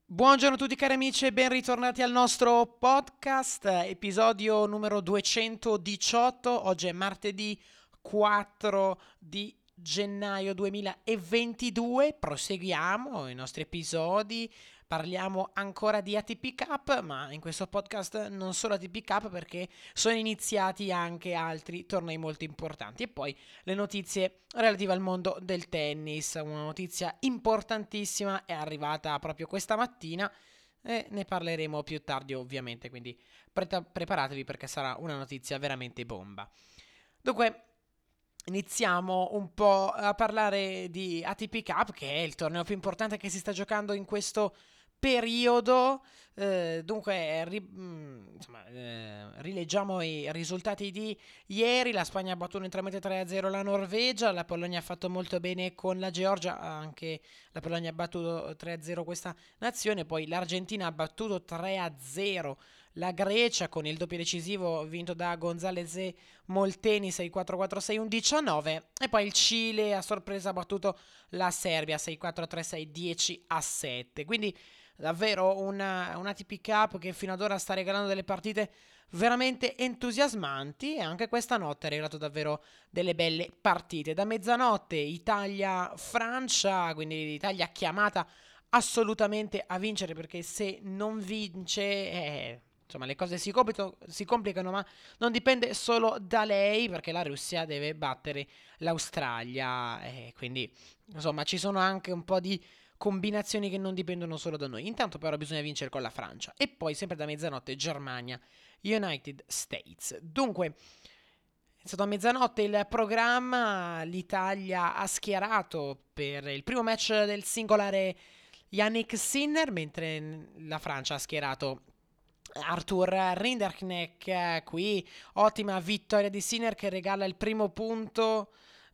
Buongiorno a tutti cari amici e ben ritornati al nostro podcast, episodio numero 218. Oggi è martedì 4 di gennaio 2022. Proseguiamo i nostri episodi. Parliamo ancora di ATP Cup, ma in questo podcast non solo ATP Cup perché sono iniziati anche altri tornei molto importanti. E poi le notizie relative al mondo del tennis. Una notizia importantissima è arrivata proprio questa mattina e ne parleremo più tardi ovviamente, quindi preparatevi perché sarà una notizia veramente bomba. Dunque, iniziamo un po' a parlare di ATP Cup, che è il torneo più importante che si sta giocando in questo periodo. Dunque, rileggiamo i risultati di ieri. La Spagna ha battuto interamente 3-0 la Norvegia, la Polonia ha fatto molto bene con la Georgia, anche la Polonia ha battuto 3-0 questa nazione, poi l'Argentina ha battuto 3-0 la Grecia con il doppio decisivo vinto da Gonzalez e Molteni 6-4-4-6-11-9 e poi il Cile a sorpresa ha battuto la Serbia 6-4-3-6-10-7. Quindi davvero una ATP Cup che fino ad ora sta regalando delle partite veramente entusiasmanti e anche questa notte ha regalato davvero delle belle partite. Da mezzanotte Italia-Francia, quindi l'Italia chiamata assolutamente a vincere perché se non vince insomma le cose si complicano, ma non dipende solo da lei perché la Russia deve battere l'Australia e quindi insomma ci sono anche un po' di combinazioni che non dipendono solo da noi. Intanto però bisogna vincere con la Francia e poi sempre da mezzanotte Germania United States. Dunque è stato a mezzanotte il programma, l'Italia ha schierato per il primo match del singolare Yannick Sinner, mentre la Francia ha schierato Arthur Rinderknecht. Qui ottima vittoria di Sinner che regala il primo punto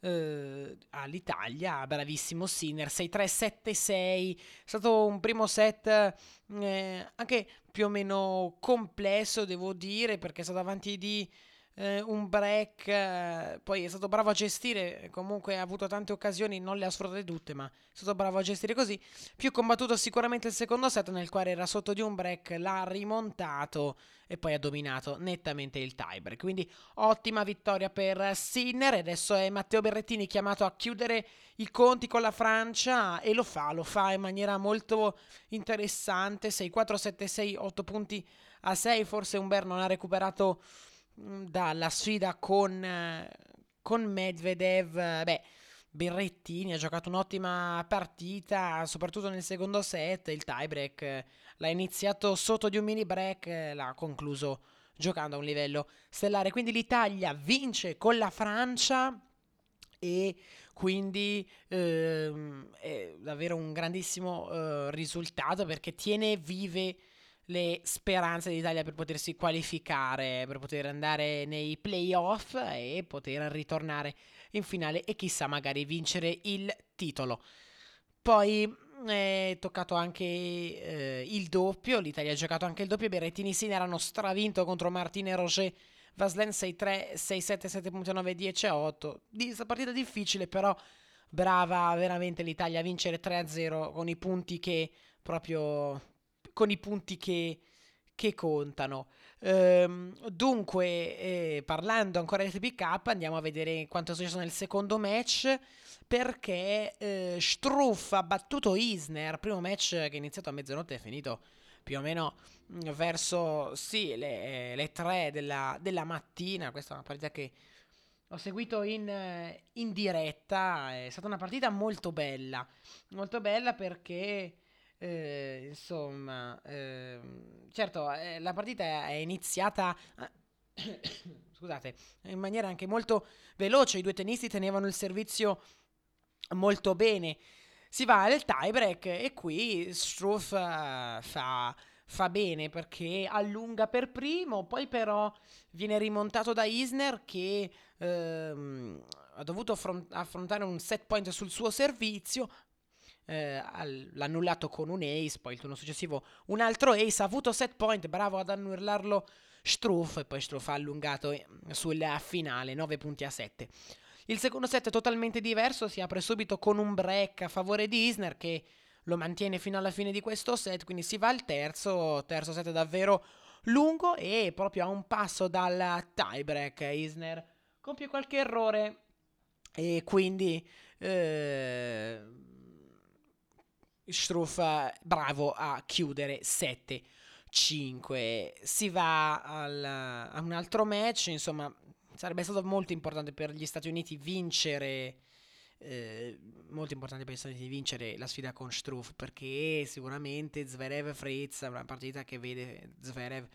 all'Italia. Bravissimo Sinner, 6-3, 7-6. È stato un primo set anche più o meno complesso, devo dire, perché è stato avanti di un break, poi è stato bravo a gestire, comunque ha avuto tante occasioni, non le ha sfruttate tutte, ma è stato bravo a gestire così. Più combattuto sicuramente il secondo set nel quale era sotto di un break, l'ha rimontato e poi ha dominato nettamente il tiebreak. Quindi ottima vittoria per Sinner e adesso è Matteo Berrettini chiamato a chiudere i conti con la Francia e lo fa in maniera molto interessante, 6-4, 7-6, 8 punti a 6, forse Umber non ha recuperato dalla sfida con Medvedev. Beh, Berrettini ha giocato un'ottima partita, soprattutto nel secondo set. Il tiebreak l'ha iniziato sotto di un mini break, l'ha concluso giocando a un livello stellare. Quindi l'Italia vince con la Francia e quindi è davvero un grandissimo risultato perché tiene vive le speranze dell'Italia per potersi qualificare, per poter andare nei playoff e poter ritornare in finale e chissà magari vincere il titolo. Poi è toccato anche il doppio, l'Italia ha giocato anche il doppio, i Berrettini Sinner hanno stravinto contro Martine e Roger Vaslen 6-3, 6-7, 7.9, 10-8. Questa partita difficile però brava veramente l'Italia a vincere 3-0 con i punti che proprio con i punti che contano. Dunque, parlando ancora di TP Cup, andiamo a vedere quanto è successo nel secondo match. Perché Struff ha battuto Isner. Primo match che è iniziato a mezzanotte e è finito più o meno verso sì, le 3 della mattina. Questa è una partita che ho seguito in diretta. È stata una partita molto bella perché insomma, certo, la partita è iniziata, scusate, in maniera anche molto veloce. I due tennisti tenevano il servizio molto bene. Si va al tiebreak e qui Struff fa bene perché allunga per primo, poi però viene rimontato da Isner che ha dovuto affrontare un set point sul suo servizio, l'ha annullato con un ace, poi il turno successivo un altro ace, ha avuto set point, bravo ad annullarlo Struff e poi Struff ha allungato sul finale 9 punti a 7. Il secondo set è totalmente diverso, si apre subito con un break a favore di Isner che lo mantiene fino alla fine di questo set, quindi si va al terzo set davvero lungo e proprio a un passo dal tiebreak Isner compie qualche errore e quindi Struff bravo a chiudere 7-5. Si va a un altro match, insomma sarebbe stato molto importante per gli Stati Uniti vincere molto importante per gli Stati Uniti vincere la sfida con Struff, perché sicuramente Zverev Fritz è una partita che vede Zverev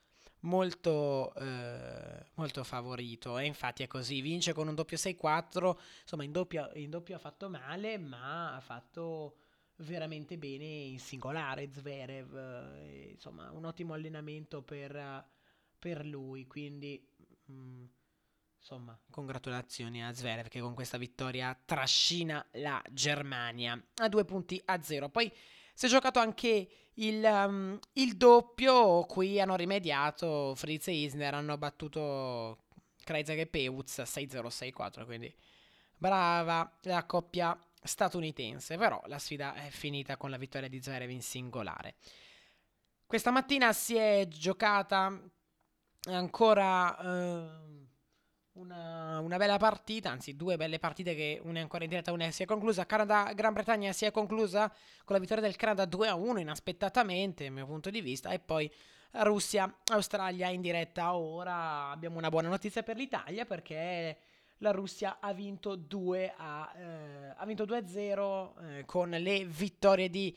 molto favorito, e infatti è così, vince con un doppio 6-4, insomma in doppio ha fatto male, ma ha fatto veramente bene in singolare Zverev, insomma un ottimo allenamento per lui, quindi insomma congratulazioni a Zverev che con questa vittoria trascina la Germania a 2-0. Poi si è giocato anche il doppio, qui hanno rimediato, Fritz e Isner hanno battuto Krejcik e Peutz 6-0, 6-4, quindi brava la coppia statunitense, però la sfida è finita con la vittoria di Zverev in singolare. Questa mattina si è giocata ancora una bella partita, anzi due belle partite, che una è ancora in diretta, una si è conclusa. Canada-Gran Bretagna si è conclusa con la vittoria del Canada 2-1 inaspettatamente, dal mio punto di vista, e poi Russia-Australia in diretta. Ora abbiamo una buona notizia per l'Italia, perché la Russia ha vinto 2-0 con le vittorie di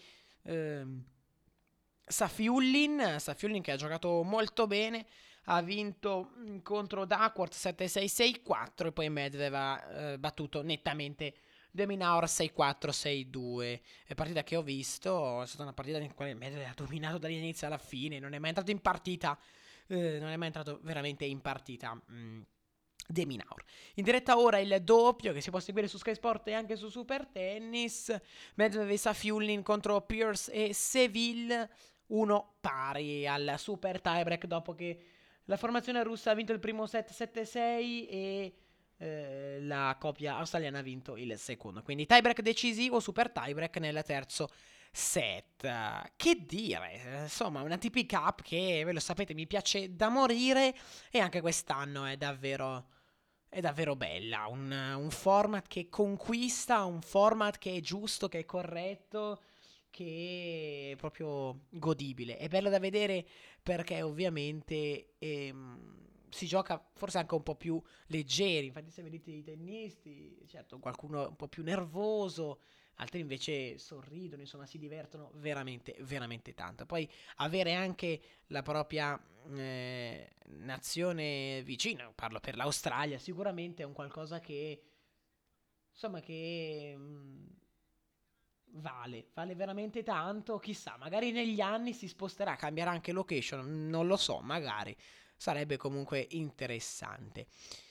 Safiullin che ha giocato molto bene, ha vinto contro Duckworth 7-6-6-4 e poi Medvedev ha battuto nettamente De Minaur 6-4, 6-2. È partita che ho visto, è stata una partita in cui Medvedev ha dominato dall'inizio alla fine, non è mai entrato in partita, non è mai entrato veramente in partita. De Minaur. In diretta ora il doppio che si può seguire su Sky Sport e anche su Super Tennis. Medvedev e Safiullin contro Pierce e Seville, uno pari al super tiebreak dopo che la formazione russa ha vinto il primo set 7-6 e la coppia australiana ha vinto il secondo. Quindi tiebreak decisivo, super tiebreak nel terzo set. Che dire, insomma, una ATP Cup che, ve lo sapete, mi piace da morire, e anche quest'anno è davvero bella. Un format che conquista, un format che è giusto, che è corretto, che è proprio godibile. È bello da vedere perché ovviamente si gioca forse anche un po' più leggeri. Infatti se vedete i tennisti, certo qualcuno è un po' più nervoso, altri invece sorridono, insomma si divertono veramente, veramente tanto. Poi avere anche la propria nazione vicina, parlo per l'Australia, sicuramente è un qualcosa che, insomma, che vale veramente tanto. Chissà, magari negli anni si sposterà, cambierà anche location, non lo so, magari sarebbe comunque interessante.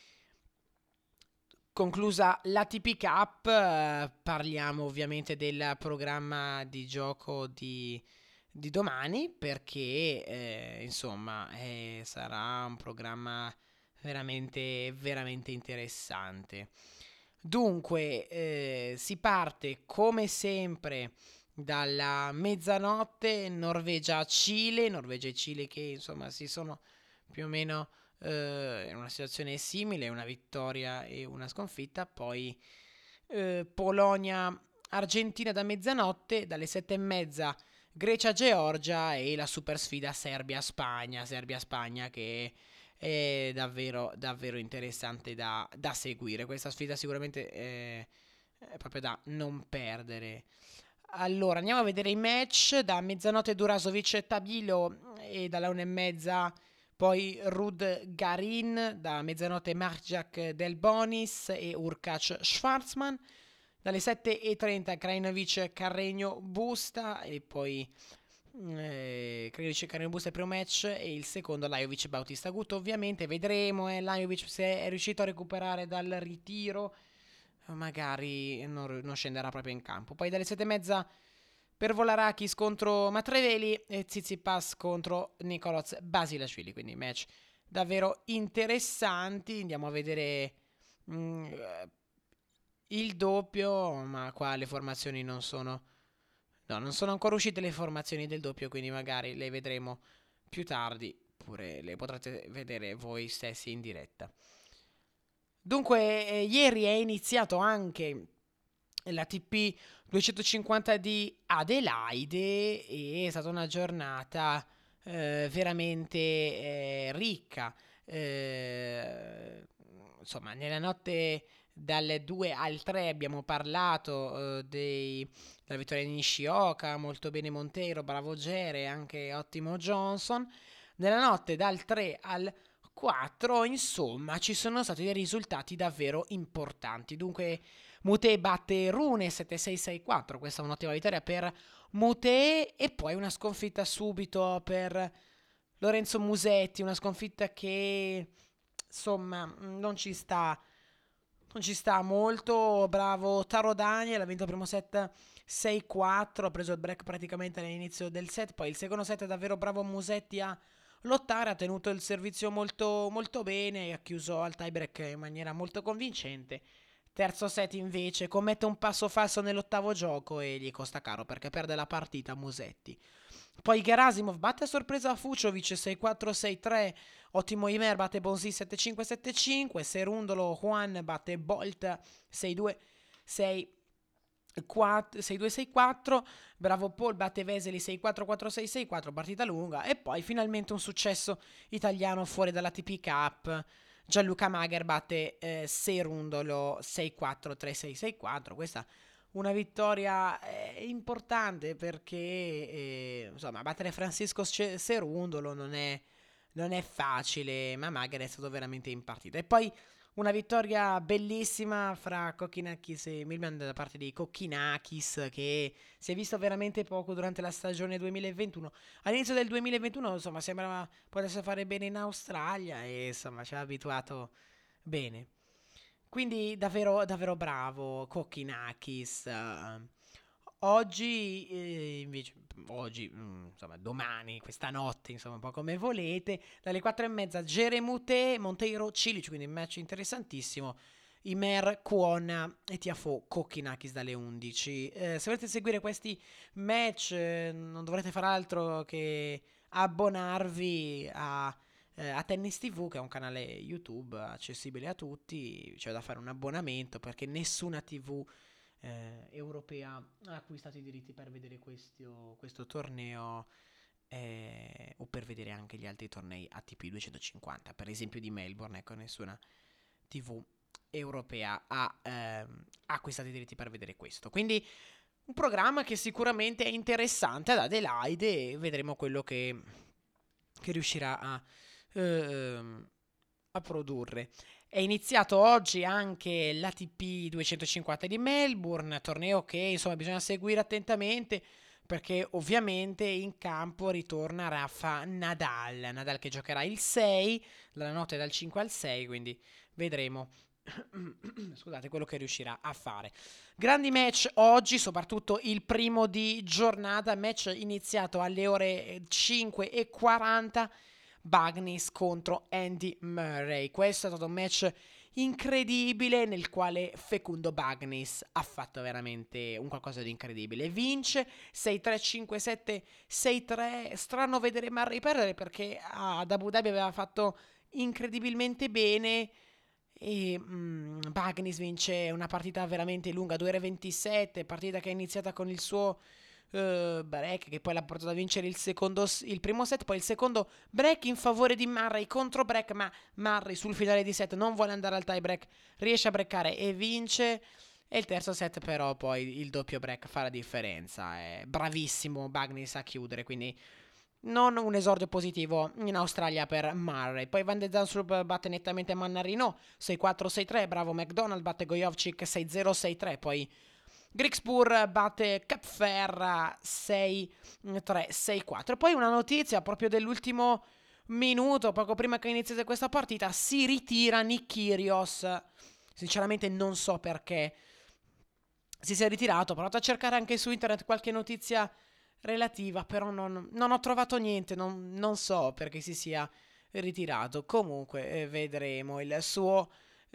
Conclusa l'ATP Cup, parliamo ovviamente del programma di gioco di domani, perché insomma sarà un programma veramente, veramente interessante. Dunque, si parte come sempre dalla mezzanotte, Norvegia-Cile, Norvegia e Cile che insomma si sono più o meno in una situazione simile, una vittoria e una sconfitta. Poi Polonia-Argentina da mezzanotte, dalle 7:30 Grecia-Georgia e la super sfida Serbia-Spagna, Serbia-Spagna che è davvero, davvero interessante da seguire. Questa sfida sicuramente è proprio da non perdere. Allora, andiamo a vedere i match. Da mezzanotte Durasovic Tabilo, e dalla 1:30 poi Rud Garin, da mezzanotte Marjak Del Bonis e Urkac Schwarzman. Dalle 7:30 Krajinovic Carregno Busta, e poi Krajinovic Carregno Busta il primo match e il secondo Lajovic Bautista Agut. Ovviamente vedremo Lajovic se è riuscito a recuperare dal ritiro, magari non scenderà proprio in campo. Poi dalle 7:30 per Volarakis contro Matreveli e Tsitsipas contro Nicolas Basilashvili, quindi match davvero interessanti. Andiamo a vedere il doppio, ma qua le formazioni non sono No, non sono ancora uscite le formazioni del doppio, quindi magari le vedremo più tardi, oppure le potrete vedere voi stessi in diretta. Dunque, ieri è iniziato anche l'ATP 250 di Adelaide e è stata una giornata veramente ricca. Eh, insomma, nella notte dal 2 al 3 abbiamo parlato della vittoria di Nishioka, molto bene Monteiro, bravo Gere, anche ottimo Johnson. Nella notte dal 3 al 4, insomma, ci sono stati dei risultati davvero importanti. Dunque, Mute batte Rune 7-6-6-4. Questa è un'ottima vittoria per Mute. E poi una sconfitta subito per Lorenzo Musetti. Una sconfitta che insomma non ci sta. Non ci sta molto. Bravo Taro Daniel. Ha vinto il primo set 6-4. Ha preso il break praticamente all'inizio del set. Poi il secondo set è davvero bravo Musetti a lottare. Ha tenuto il servizio molto, molto bene e ha chiuso al tiebreak in maniera molto convincente. Terzo set invece commette un passo falso nell'ottavo gioco e gli costa caro perché perde la partita Musetti. Poi Gerasimov batte a sorpresa Fuciovic 6-4-6-3. Ottimo Imer batte Bonsi 7-5-7-5. Serundolo Juan batte Bolt 6-2-6. 6-2-6-4. Bravo Paul batte Veseli 6-4-4-6-6-4. Partita lunga. E poi finalmente un successo italiano fuori dalla TP Cup. Gianluca Mager batte Serundolo 6-4-3-6-6-4. Questa una vittoria importante perché insomma battere Francisco Serundolo non è facile, ma Mager è stato veramente in partita. E poi una vittoria bellissima fra Kokkinakis e Milman da parte di Kokkinakis, che si è visto veramente poco durante la stagione 2021. All'inizio del 2021 insomma sembrava potesse fare bene in Australia e insomma ci ha abituato bene. Quindi davvero, davvero bravo Kokkinakis. Oggi, invece, oggi, insomma, domani, questa notte, insomma, un po' come volete, dalle 4:30 Geremute, Monteiro, Cilic, quindi un match interessantissimo. Imer, Kwon e Tiafoe, Kokkinakis dalle 11. Se volete seguire questi match, non dovrete fare altro che abbonarvi a Tennis TV, che è un canale YouTube accessibile a tutti. C'è da fare un abbonamento perché nessuna TV europea ha acquistato i diritti per vedere questo torneo o per vedere anche gli altri tornei ATP 250, per esempio di Melbourne. Ecco, nessuna TV europea ha acquistato i diritti per vedere questo. Quindi un programma che sicuramente è interessante ad Adelaide e vedremo quello che riuscirà a produrre. È iniziato oggi anche l'ATP 250 di Melbourne, torneo che insomma bisogna seguire attentamente perché ovviamente in campo ritorna Rafa Nadal. Nadal che giocherà il 6, la notte dal 5 al 6, quindi vedremo scusate quello che riuscirà a fare. Grandi match oggi, soprattutto il primo di giornata, match iniziato alle ore 5:40. Bagnis contro Andy Murray. Questo è stato un match incredibile nel quale Fecundo Bagnis ha fatto veramente un qualcosa di incredibile. Vince 6-3, 5-7, 6-3. Strano vedere Murray perdere perché ad Abu Dhabi aveva fatto incredibilmente bene. E Bagnis vince una partita veramente lunga, 2 ore 27, partita che è iniziata con il suo break che poi l'ha portato a vincere il primo set, poi il secondo break in favore di Murray contro break, ma Murray sul finale di set non vuole andare al tie break, riesce a breccare e vince. E il terzo set però poi il doppio break fa la differenza. È bravissimo Bagnis a chiudere, quindi non un esordio positivo in Australia per Murray. Poi Van de Zandstroop batte nettamente Mannarino 6-4-6-3, bravo McDonald batte Gojovcic 6-0, 6-3, poi Grigspur batte Kapfer 6-3, 6-4. Poi una notizia proprio dell'ultimo minuto, poco prima che iniziasse questa partita, si ritira Nick Kyrgios. Sinceramente non so perché si sia ritirato, ho provato a cercare anche su internet qualche notizia relativa, però non ho trovato niente, non so perché si sia ritirato. Comunque vedremo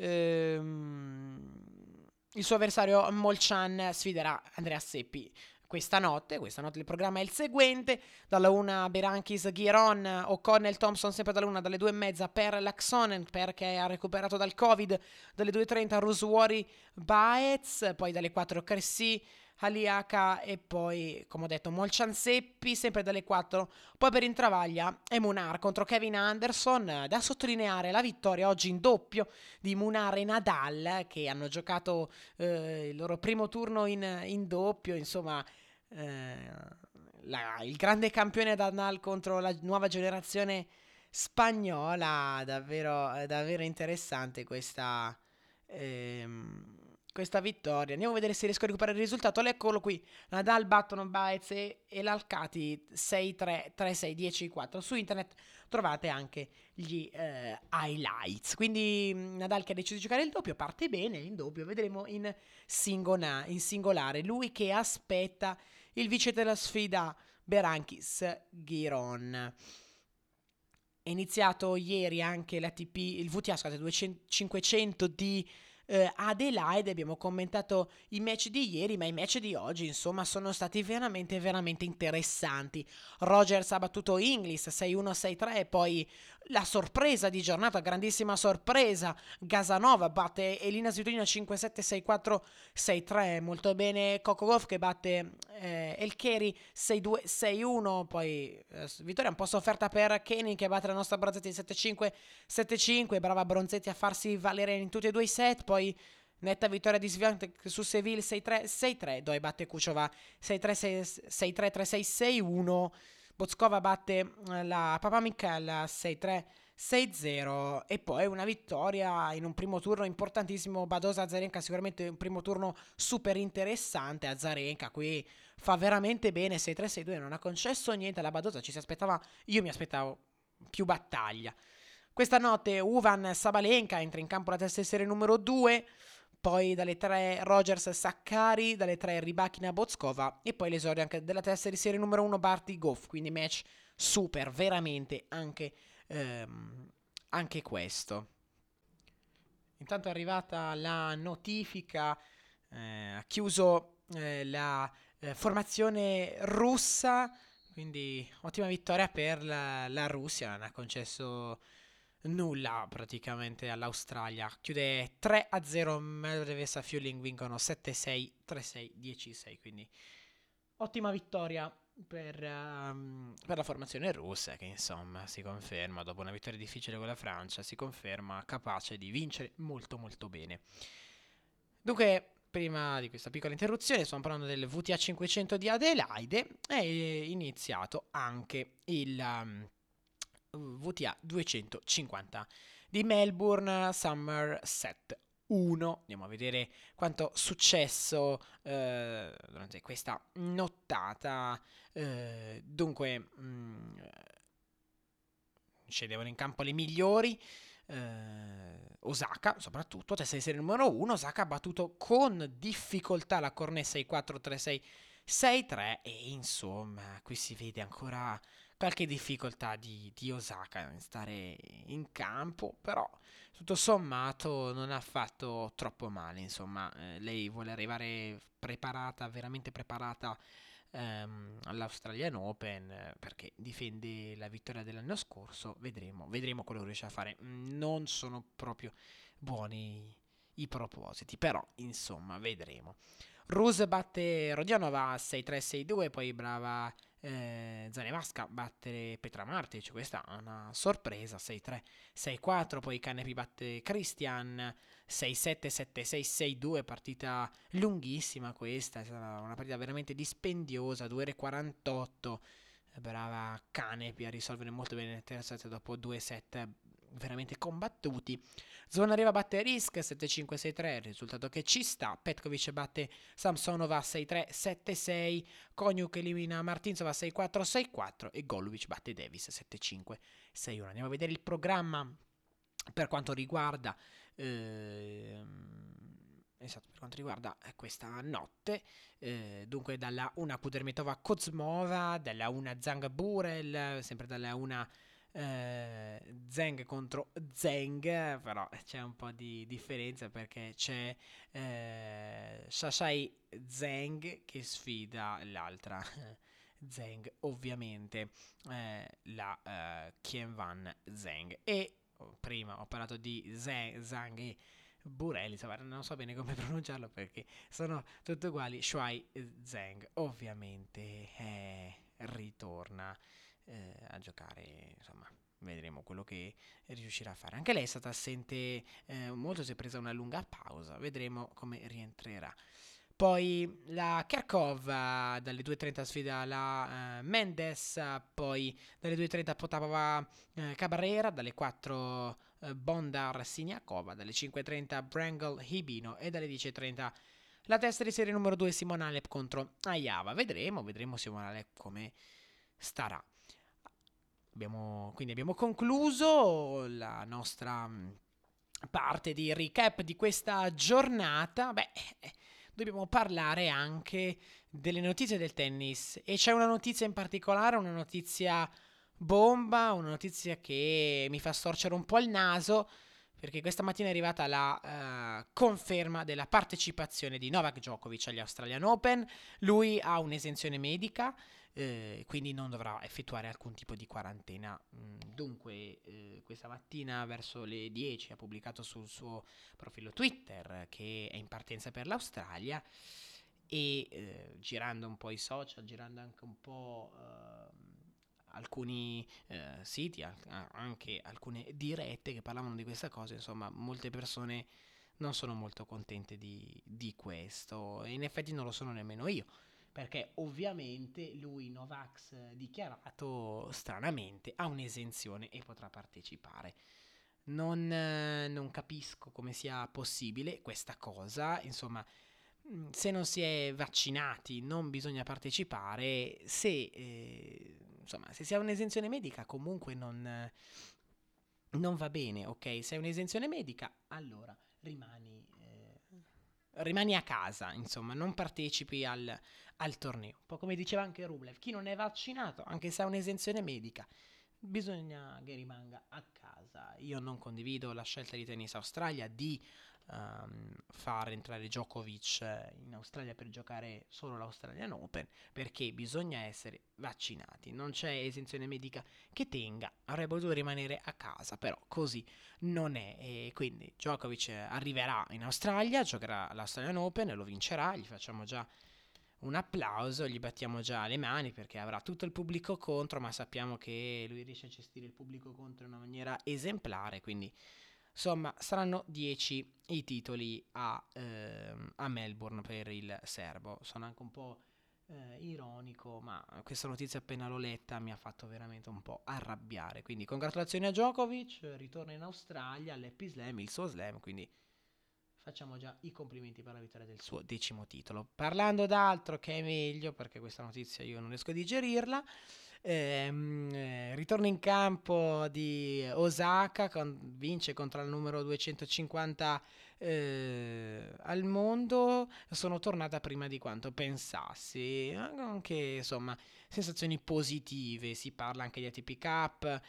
il suo avversario Molchan sfiderà Andrea Seppi questa notte il programma è il seguente: dalla 1 Berankis Giron, O'Connell Thompson sempre dalla 1, dalle 2 e mezza per Laxonen perché ha recuperato dal Covid, dalle 2:30 Ruswari Baez, poi dalle 4 Cressy Aliaka e poi, come ho detto, Molchan Seppi, sempre dalle 4. Poi per Intravaglia è Munar contro Kevin Anderson. Da sottolineare la vittoria oggi in doppio di Munar e Nadal, che hanno giocato il loro primo turno in doppio. Insomma, il grande campione Nadal contro la nuova generazione spagnola. Davvero, davvero interessante questa vittoria. Andiamo a vedere se riesco a recuperare il risultato. Eccolo qui. Nadal battono Baez e l'Alcati 6-3, 3-6, 10-4. Su internet trovate anche gli highlights. Quindi Nadal che ha deciso di giocare il doppio parte bene in doppio. Vedremo in singolare. Lui che aspetta il vice della sfida Berankis Giron. È iniziato ieri anche l'ATP, il VTA, scusate, 500 di Adelaide. Abbiamo commentato i match di ieri, ma i match di oggi, insomma, sono stati veramente, veramente interessanti. Rogers ha battuto Inglis 6-1, 6-3, e poi la sorpresa di giornata, grandissima sorpresa, Gazanova batte Elina Svitolina 5-7, 6-4, 6-3, molto bene Coco Gauff che batte Elcheri 6-2, 6-1, poi vittoria un po' sofferta per Kenny che batte la nostra Bronzetti 7-5, 7-5, brava Bronzetti a farsi valere in tutti e due i set, poi netta vittoria di Swiatek su Seville 6-3, 6-3, dove batte Kuchova 6-3, 6-3, 3-6, 6-1, Bozkova batte la Papa Michela 6-3, 6-0 e poi una vittoria in un primo turno importantissimo. Badosa Azarenka, sicuramente un primo turno super interessante. Azarenka qui fa veramente bene 6-3, 6-2, non ha concesso niente alla Badosa, io mi aspettavo più battaglia. Questa notte Uvan Sabalenka entra in campo la testa di serie numero 2, poi dalle 3 Rogers Saccari, dalle 3 Rybakina Bozkova e poi l'esordio anche della testa di serie numero 1 Barty Gauff, quindi match super, veramente anche questo. Intanto è arrivata la notifica, ha chiuso la formazione russa, quindi ottima vittoria per la Russia, non ha concesso nulla praticamente all'Australia. Chiude 3-0, Medvedev e Fueling vincono 7-6, 3-6, 10-6, quindi ottima vittoria per la formazione russa che insomma si conferma dopo una vittoria difficile con la Francia, si conferma capace di vincere molto molto bene. Dunque, prima di questa piccola interruzione, stiamo parlando del VTA 500 di Adelaide, è iniziato anche il VTA 250 di Melbourne Summer Set 1. Andiamo a vedere quanto successo durante questa nottata. Dunque, scendevano in campo le migliori. Osaka, soprattutto, testa di serie numero 1. Osaka ha battuto con difficoltà la Cornet 6-4, 3-6, 6-3. E insomma, qui si vede ancora qualche difficoltà di Osaka in stare in campo, però tutto sommato non ha fatto troppo male. Insomma, lei vuole arrivare preparata, veramente preparata all'Australian Open perché difende la vittoria dell'anno scorso. Vedremo quello che riesce a fare. Non sono proprio buoni i propositi, però insomma vedremo. Ruse batte Rodionova 6-3-6-2, poi brava Zanevasca battere Petra Martic, questa è una sorpresa 6-3, 6-4, poi Canepi batte Christian 6-7, 7-6, 6-2, partita lunghissima questa, è stata una partita veramente dispendiosa, 2 ore 48, brava Canepi a risolvere molto bene il terzo set dopo 2 set veramente combattuti. Zvonareva batte Risk 7-5, 6-3, il risultato che ci sta. Petkovic batte Samsonova 6-3, 7-6, Koniuk elimina Martinsova 6-4, 6-4 e Golubic batte Davis 7-5, 6-1. Andiamo a vedere il programma per quanto riguarda per quanto riguarda questa notte. Dunque dalla 1 Kudermetova Kozmova, dalla 1 Zhang Burel, sempre dalla 1 Zheng contro Zheng, però c'è un po' di differenza perché c'è Shashai Zheng che sfida l'altra Zheng, ovviamente la Qianwan Zheng. E prima ho parlato di Zhang e Burelli, insomma, non so bene come pronunciarlo perché sono tutti uguali. Shuai Zheng ovviamente ritorna a giocare, insomma, vedremo quello che riuscirà a fare. Anche lei è stata assente molto, si è presa una lunga pausa, vedremo come rientrerà. Poi la Kerkov dalle 2.30 sfida la Mendes, poi dalle 2.30 Potapova Cabrera, dalle 4 Bondar Siniakova, dalle 5.30 Brangle Hibino e dalle 10.30 la testa di serie numero 2 Simon Alep contro Ayava. Vedremo Simon Alep come starà. Quindi abbiamo concluso la nostra parte di recap di questa giornata. Dobbiamo parlare anche delle notizie del tennis. E c'è una notizia in particolare, una notizia bomba, una notizia che mi fa storcere un po' il naso, perché questa mattina è arrivata la conferma della partecipazione di Novak Djokovic agli Australian Open. Lui ha un'esenzione medica, quindi non dovrà effettuare alcun tipo di quarantena. Dunque, questa mattina verso le 10 ha pubblicato sul suo profilo Twitter che è in partenza per l'Australia e girando un po' i social, girando anche un po' alcuni siti, anche alcune dirette che parlavano di questa cosa, insomma, molte persone non sono molto contente di questo e in effetti non lo sono nemmeno io. Perché ovviamente lui, Novax, dichiarato stranamente, ha un'esenzione e potrà partecipare. Non capisco come sia possibile questa cosa, insomma, se non si è vaccinati non bisogna partecipare, insomma, se si ha un'esenzione medica comunque non va bene, ok? Se hai un'esenzione medica, allora rimani a casa, insomma, non partecipi al torneo. Un po' come diceva anche Rublev, chi non è vaccinato, anche se ha un'esenzione medica, bisogna che rimanga a casa. Io non condivido la scelta di Tennis Australia di far entrare Djokovic in Australia per giocare solo l'Australian Open, perché bisogna essere vaccinati. Non c'è esenzione medica che tenga, avrebbe potuto rimanere a casa, però così non è. E quindi Djokovic arriverà in Australia, giocherà l'Australian Open e lo vincerà. Gli facciamo già un applauso, gli battiamo già le mani perché avrà tutto il pubblico contro, ma sappiamo che lui riesce a gestire il pubblico contro in una maniera esemplare, quindi insomma saranno 10 i titoli a Melbourne per il serbo. Sono anche un po' ironico, ma questa notizia appena l'ho letta mi ha fatto veramente un po' arrabbiare. Quindi congratulazioni a Djokovic, ritorna in Australia all'Happy Slam, il suo slam, quindi facciamo già i complimenti per la vittoria del suo 10° titolo. Parlando d'altro che è meglio, perché questa notizia io non riesco a digerirla, ritorno in campo di Osaka, vince contro il numero 250 al mondo. Sono tornata prima di quanto pensassi, anche insomma sensazioni positive. Si parla anche di ATP Cup.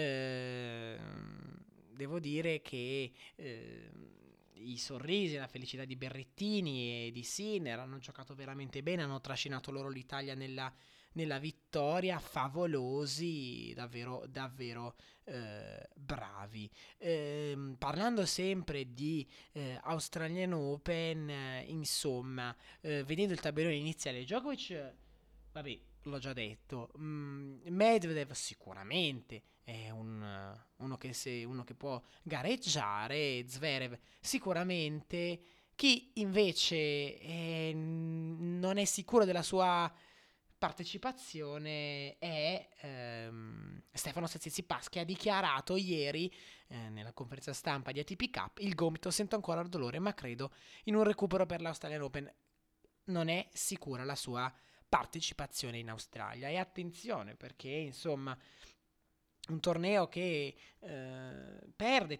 Devo dire che i sorrisi e la felicità di Berrettini e di Sinner hanno giocato veramente bene, hanno trascinato loro l'Italia nella vittoria, favolosi, davvero, davvero bravi. Parlando sempre di Australian Open, insomma, vedendo il tabellone iniziale, Djokovic, vabbè, l'ho già detto, Medvedev sicuramente è uno che può gareggiare, Zverev sicuramente. Chi invece non è sicuro della sua partecipazione è Stefano Tsitsipas, che ha dichiarato ieri nella conferenza stampa di ATP Cup: il gomito, sento ancora il dolore, ma credo in un recupero per l'Australian Open. Non è sicura la sua partecipazione in Australia. E attenzione, perché insomma un torneo che perde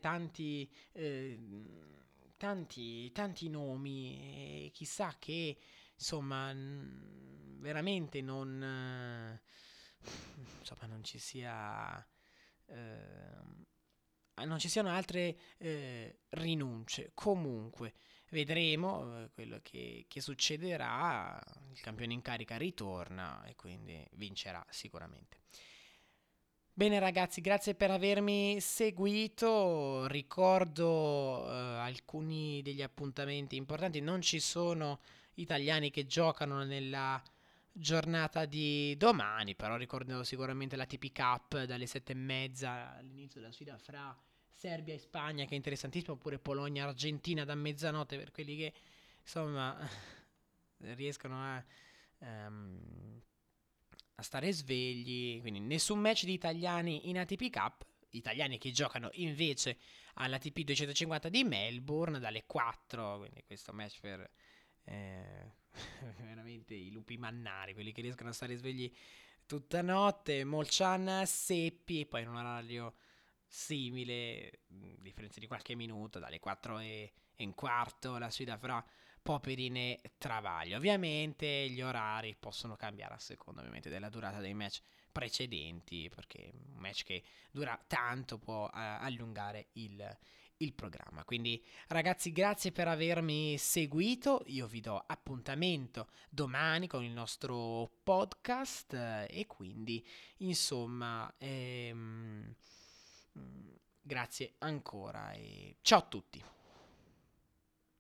tanti nomi, e chissà che insomma veramente insomma non ci sia non ci siano altre rinunce. Comunque vedremo quello che succederà. Il campione in carica ritorna e quindi vincerà sicuramente. Bene ragazzi, grazie per avermi seguito. Ricordo alcuni degli appuntamenti importanti. Non ci sono italiani che giocano nella giornata di domani, però ricordo sicuramente la TP Cup dalle 7:30 all'inizio della sfida fra Serbia e Spagna, che è interessantissima, oppure Polonia-Argentina da mezzanotte per quelli che insomma riescono ehm, a stare svegli. Quindi nessun match di italiani in ATP Cup. Italiani che giocano invece all'ATP 250 di Melbourne dalle 4. Quindi questo match per eh, veramente i lupi mannari, quelli che riescono a stare svegli tutta notte. Molchan Seppi, e poi in un orario simile, differenza di qualche minuto, dalle 4 e un quarto, la sfida fra Popperin e Travaglio. Ovviamente gli orari possono cambiare a seconda ovviamente della durata dei match precedenti, perché un match che dura tanto può allungare il programma. Quindi ragazzi, grazie per avermi seguito. Io vi do appuntamento domani con il nostro podcast e quindi insomma grazie ancora e ciao a tutti.